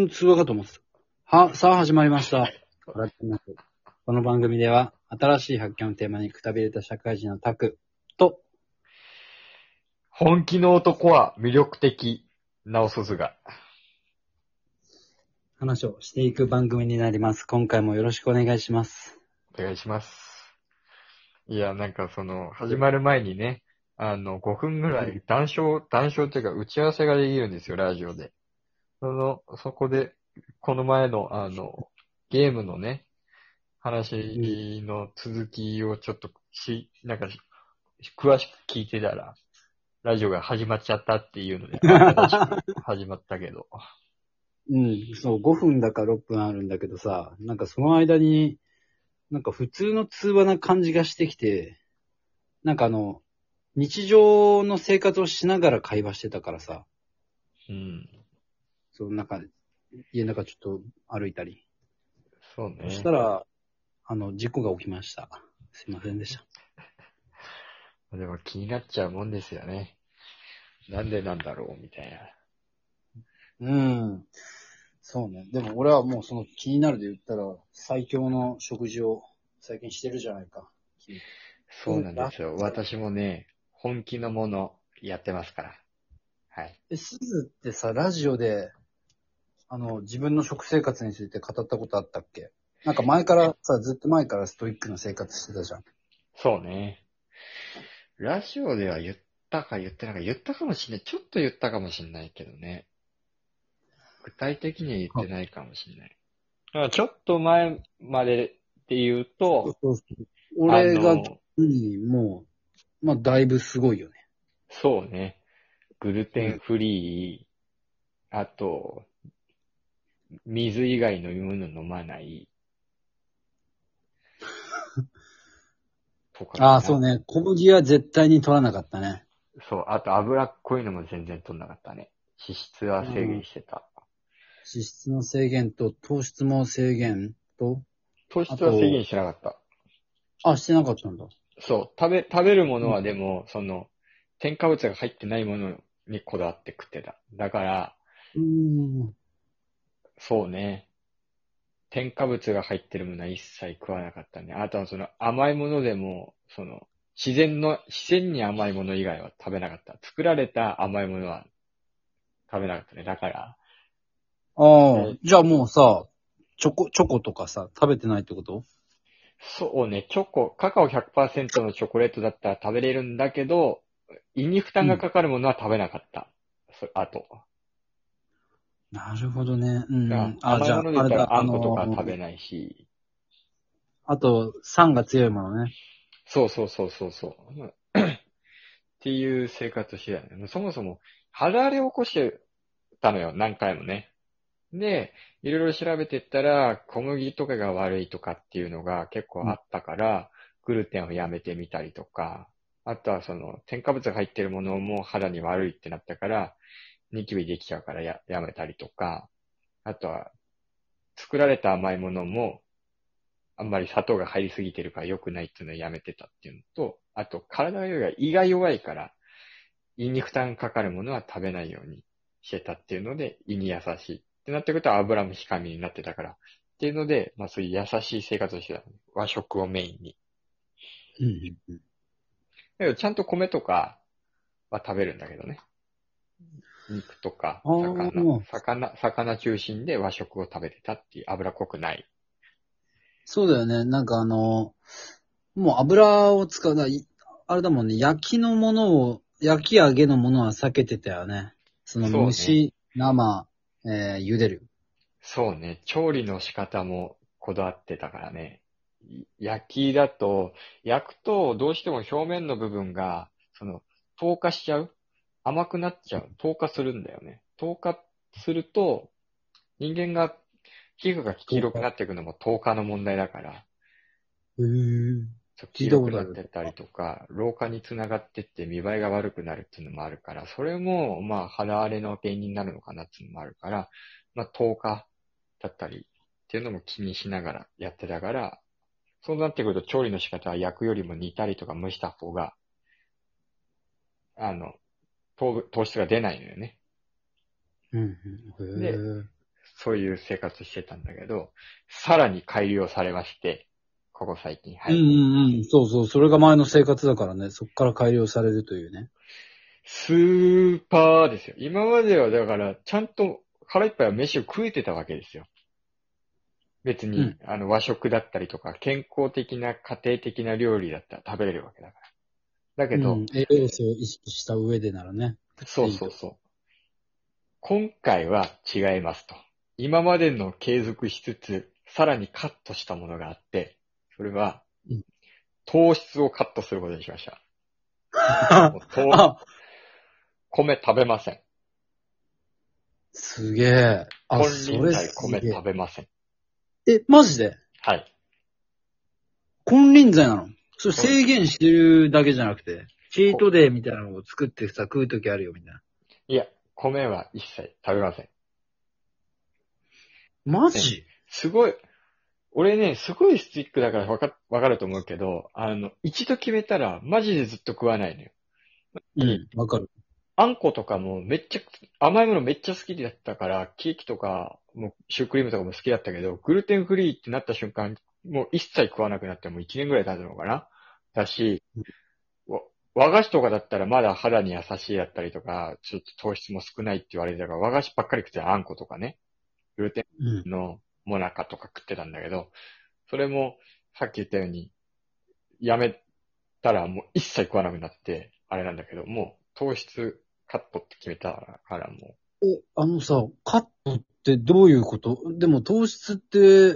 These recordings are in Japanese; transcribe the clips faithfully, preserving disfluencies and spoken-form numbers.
通話かと思ってた。は、さあ始まりました。この番組では、新しい発見をテーマにくたびれた社会人のタクと、 本気の男は魅力的、なおすずが。 話をしていく番組になります。今回もよろしくお願いします。 お願いします。いや、なんかその、始まる前にね、あの、ごふんぐらい談笑、談笑っていうか打ち合わせができるんですよ、ラジオで。その、そこで、この前の、あの、ゲームのね、話の続きをちょっとし、なんか、詳しく聞いてたら、ラジオが始まっちゃったっていうので、新しく始まったけど。 うん、そう、ごふんだかろっぷんあるんだけどさ、なんかその間に、なんか普通の通話な感じがしてきて、なんかあの、日常の生活をしながら会話してたからさ、 うん。 そう、なんか、家の中ちょっと歩いたり。 そうね。 そしたら、あの、事故が起きました。すいませんでした。 でも気になっちゃうもんですよね。なんでなんだろうみたいな。 うん。そうね。でも俺はもうその気になるで言ったら、最強の食事を最近してるじゃないか。君そうなんですよ。私もね、本気のものやってますから。はい。 え、すずってさ、ラジオで、あの、自分の食生活について語ったことあったっけ？なんか前からさ、ずっと前からストイックな生活してたじゃん。 そうね。ラジオでは言ったか言ってないか言ったかもしれない。ちょっと言ったかもしれないけどね。具体的には言ってないかもしれない。だからちょっと前までって言うと、 そうそう。 あ俺が、 の、 もう、まあ、だいぶすごいよね。 そうね。グルテンうん。 フリー、あと、水以外の飲むの飲まない、とかああ、 かな。 そうね。小麦は絶対に取らなかったね。 そう、あと脂っこいのも全然取んなかったね。脂質は制うん。 限してた。 脂質の制限と糖質も制限と、 糖あと、 質は制限しなかった。 あ、してなかったんだ。 そう、食べ、食べるものうん。 はでも、その、添加物が入ってないものにこだわって食ってた。だから、 うーん。 そうね。添加物が入ってるものは一切食わなかったね。あとはその甘いものでも、その、自然の、自然に甘いもの以外は食べなかった。作られた甘いものは食べなかったね。だから、 ああ、 えじゃあもうさ、チョコ、チョコとかさ、食べてないってこと？ そうね、チョコ、カカオひゃくパーセントのチョコレートだったら食べれるんだけど、胃に負担がうん。 かかるものは食べなかった。そあと。 なるほどね。うんうだん。あ、 甘いもじゃあ、あれだ、 ので言ったらああんことかのー、 食べないし、 あと、酸が強いものね。 そうそうそうそうそう。っていう生活をしてたね。そもそも肌荒れを起こしてたのよ、何回もね。で、いろいろ調べてったら、小麦とかが悪いとかっていうのが結構あったから、グルテンをやめてみたりとか、あとはその添加物が入ってるものも肌に悪いってなったから、ニキビできちゃうからややめたりとか、あとは作られた甘いものもあんまり砂糖が入りすぎてるから良くないっていうのをやめてたっていうのと、あと体が弱い、胃が弱いから、胃に負担かかるものは食べないようにしてたっていうので、胃に優しい。ってなってくると油も控えめになってたから。っていうので、まあそういう優しい生活をしてた。和食をメインに。 うんうんうん。 だけどちゃんと米とかは食べるんだけどね。肉とか、 ああ、 魚、魚、魚中心で和食を食べてたっていう脂っこくない。 そうだよね。なんかあの、もう油を使うな、いあれだもんね、焼きのものを、焼き揚げのものは避けてたよね。その蒸そうね。 し、生、えー、茹でる。 そうね。調理の仕方もこだわってたからね。い焼きだと、焼くとどうしても表面の部分が、その、透過しちゃう。甘くなっちゃう。透過するんだよね。透過すると、人間が、皮膚が黄色くなっていくのも透過の問題だから、 へー。 そう黄聞いた色くなっことある。 てったりとか、老化につながってって見栄えが悪くなるっていうのもあるから、それも、まあ、肌荒れの原因になるのかなっていうのもあるから、まあ、透過だったりっていうのも気にしながらやってたから、そうなってくると調理の仕方は焼くよりも煮たりとか蒸した方が、あの、糖糖質が出ないのよね。 うん、 で、 うん。へそういう生活してたんだけど、さらに改良されまして、ここ最近、はい。 うんうんうん。そうそう。それが前の生活だからね。そこから改良されるというね。 スーパーですよ。今まではだから、ちゃんと腹いっぱいは飯を食えてたわけですよ。別に、 うん。 あの、和食だったりとか、健康的な家庭的な料理だったら食べれるわけだから。だけど、 うん。栄養素を意識した上でならね。食っそていいと。 うそうそう。今回は違いますと。今までの継続しつつ、さらにカットしたものがあって、それは、 うん。 糖質をカットすることにしました。もう糖あ、 米食べません。 すげえ。あ、 金輪それ際米すげえ。 食べません。 え、マジではい。 金輪際なの？それこん制限してるだけじゃなくて、チーこトデーみたいなのを作ってさ、食うときあるよ、みたいな。 いや、米は一切食べません。ね、 マジ？ すごい、俺ね、すごいスティックだからわか、わかると思うけど、あの、一度決めたら、マジでずっと食わないのよ。 うん、わかる。 あんことかもめっちゃ、甘いものめっちゃ好きだったから、ケーキとか、もうシュークリームとかも好きだったけど、グルテンフリーってなった瞬間、もう一切食わなくなってもう一年ぐらい経つのかなだし、わ和菓子とかだったらまだ肌に優しいだったりとか、ちょっと糖質も少ないって言われてたから、和菓子ばっかり食ってたあんことかね、グルテうん。 ンのモナカとか食ってたんだけど、それもさっき言ったように、やめたらもう一切食わなくなって、あれなんだけど、もう糖質カットって決めたからもう、 え、あのさ、カットってどういうこと？でも糖質って、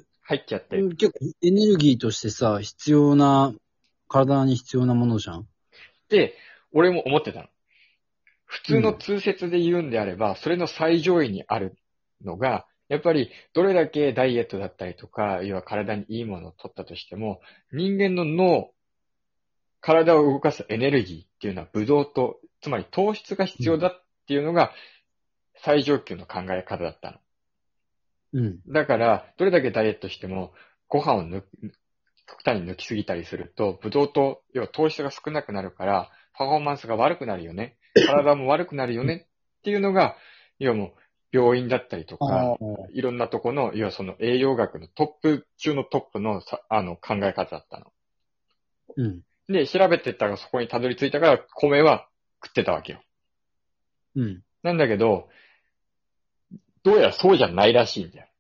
入っちゃって。 うん結構エネルギーとしてさ、必要な、体に必要なものじゃん？ で、俺も思ってたの。普通のうん。 通説で言うんであれば、それの最上位にあるのが、やっぱりどれだけダイエットだったりとか、要は体にいいものを取ったとしても、人間の脳、体を動かすエネルギーっていうのはブドウ糖、つまり糖質が必要だっていうのが最上級の考え方だったの。 うん。 だから、どれだけダイエットしても、ご飯を抜く、極端に抜きすぎたりすると、ブドウ糖、要は糖質が少なくなるから、パフォーマンスが悪くなるよね。体も悪くなるよねっていうのが、要はもう、病院だったりとか、 ああ。 いろんなとこの、要はその栄養学のトップ中のトップのさ、あの考え方だったの。 うん。 で、調べてったらそこにたどり着いたから、米は食ってたわけよ。 うん。 なんだけど、どうやらそうじゃないらしいんだよ。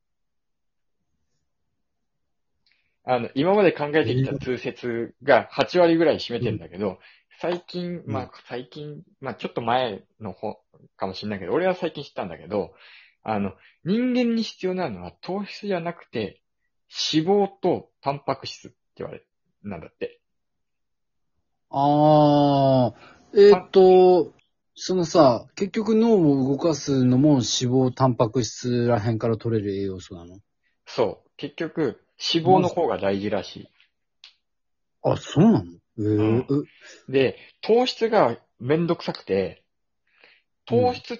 あの、今まで考えてきたえー通説がはち割ぐらい占めてんうん。 だけど、最近、 うん。 まあ最近、まあちょっと前の方かもしれないけど、俺は最近知ったんだけど、あの、人間に必要なのは糖質じゃなくて、脂肪とタンパク質って言われ、なんだって。 ああ。えーっパンと、そのさ、結局脳を動かすのも脂肪、タンパク質ら辺から取れる栄養素なの？ そう。結局、脂肪マジ？ の方が大事らしい。 あ、そうなの？えー、 うん。 う、 で、糖質がめんどくさくて、 うん。 糖質って、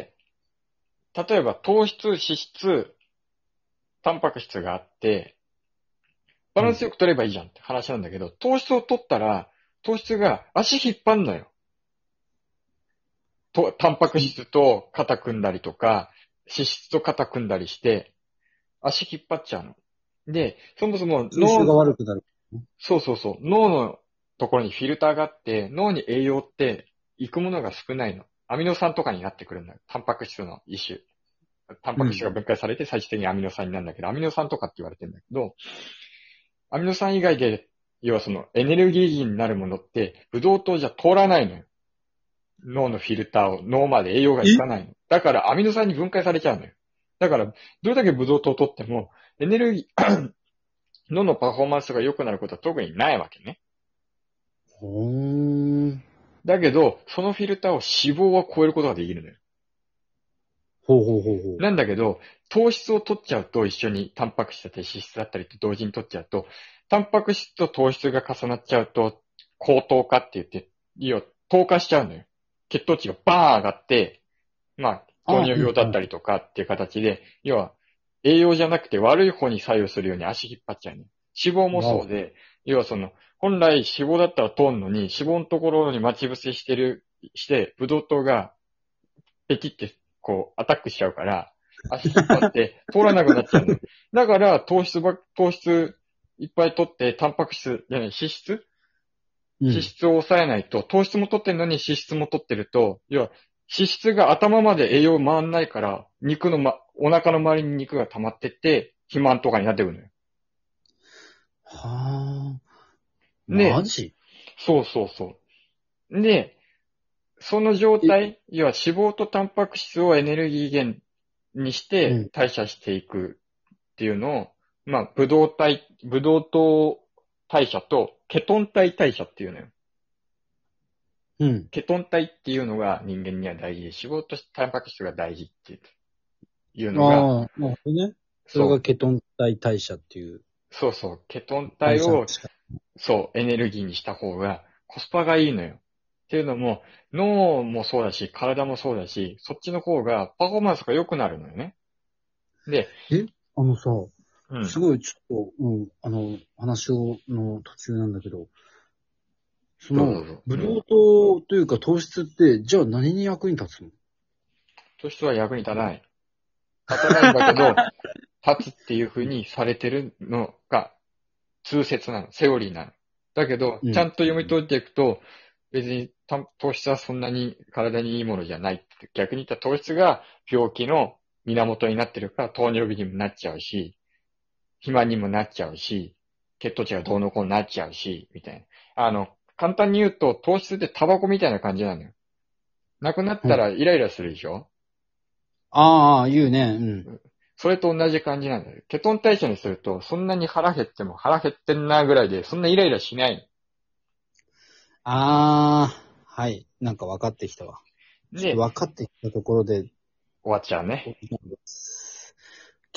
例えば糖質、脂質、タンパク質があって、バランスうん。 よく取ればいいじゃんって話なんだけど、糖質を取ったら、糖質が足引っ張んのよ。と、タンパク質と肩組んだりとか、脂質と肩組んだりして、足引っ張っちゃうの。で、そもそも吸収が脳、 悪くなる。 そうそうそう、脳のところにフィルターがあって、脳に栄養って行くものが少ないの。アミノ酸とかになってくるんだよ。タンパク質の一種。タンパク質がうん。 分解されて最終的にアミノ酸になるんだけど、アミノ酸とかって言われてるんだけど、アミノ酸以外で、要はそのエネルギー源になるものって、ブドウ糖じゃ通らないのよ。脳のフィルターを、脳まで栄養がいかえないの。だからアミノ酸に分解されちゃうのよ。だから、どれだけブドウ糖を取っても、エネルギー、脳のパフォーマンスが良くなることは特にないわけね。 ほーん。 だけど、そのフィルターを脂肪は超えることができるのよ。 ほうほうほうほう。 なんだけど、糖質を取っちゃうと一緒にタンパク質だったり脂質だったりと同時に取っちゃうと、タンパク質と糖質が重なっちゃうと、高糖化って言って、要は糖化しちゃうのよ。血糖値がバーン上がって、まあ、糖あ、 尿病だったりとかっていう形で、要は栄養じゃなくて悪い方に作用するように足引っ張っちゃうね。脂肪もわお。 そうで、要はその、本来脂肪だったら通んのに、脂肪のところに待ち伏せしてる、して、ブドウ糖がペキってこうアタックしちゃうから、 足引っ張って通らなくなっちゃうの。だから糖質ば、糖質いっぱい取って、タンパク質、いやね、脂質うん。 脂質を抑えないと、糖質も取ってるのに脂質も取ってると、要は脂質が頭まで栄養回んないから、肉のま、お腹の周りに肉が溜まってって、肥満とかになってくるのよ。 はあ。 で、 マジそうそうそう。で、その状態、要は脂肪とタンパク質をエネルギー源にしうてん。 代謝していくっていうのを、まあ、ブドウ体、ブドウ糖代謝とケトン体代謝っていうのよ。 うん。 ケトン体っていうのが人間には大事で、脂肪とタンパク質が大事っていうのが、 ああ、なるほどね。それそう、 がケトン体代謝っていうそうそう、ケトン体代謝のを、 仕方。 そう、エネルギーにした方がコスパがいいのよ。っていうのも、脳もそうだし、体もそうだし、そっちの方がパフォーマンスが良くなるのよね。で、 えあのさ、 うん。 すごいちょっと、うん、あの、話をの途中なんだけど、その、 どうぞどうぞ。 ブドうん。 ウ糖というか糖質って、じゃあ何に役に立つの？ としては役に立たない。立たないんだけど、立つっていう風にされてるのが通説なの。セオリーなの。だけど、 うん。 ちゃんと読み解いていくと、別にた糖質はそんなに体にいいものじゃないって。逆に言ったら糖質が病気の源になってるから糖尿病にもなっちゃうし、肥満にもなっちゃうし、血糖値がどうのこうになっちゃうし、みたいな。あの、簡単に言うと糖質ってタバコみたいな感じなのよ。なくなったらイライラするでしょ？ ああ、言うね。うん。 それと同じ感じなんだよ。ケトン代謝にすると、そんなに腹減っても腹減ってんなぐらいで、そんなイライラしない。 ああ、はい。なんか分かってきたわ。ちょっとで、 分かってきたところで、 終わっちゃうね。 お時間です。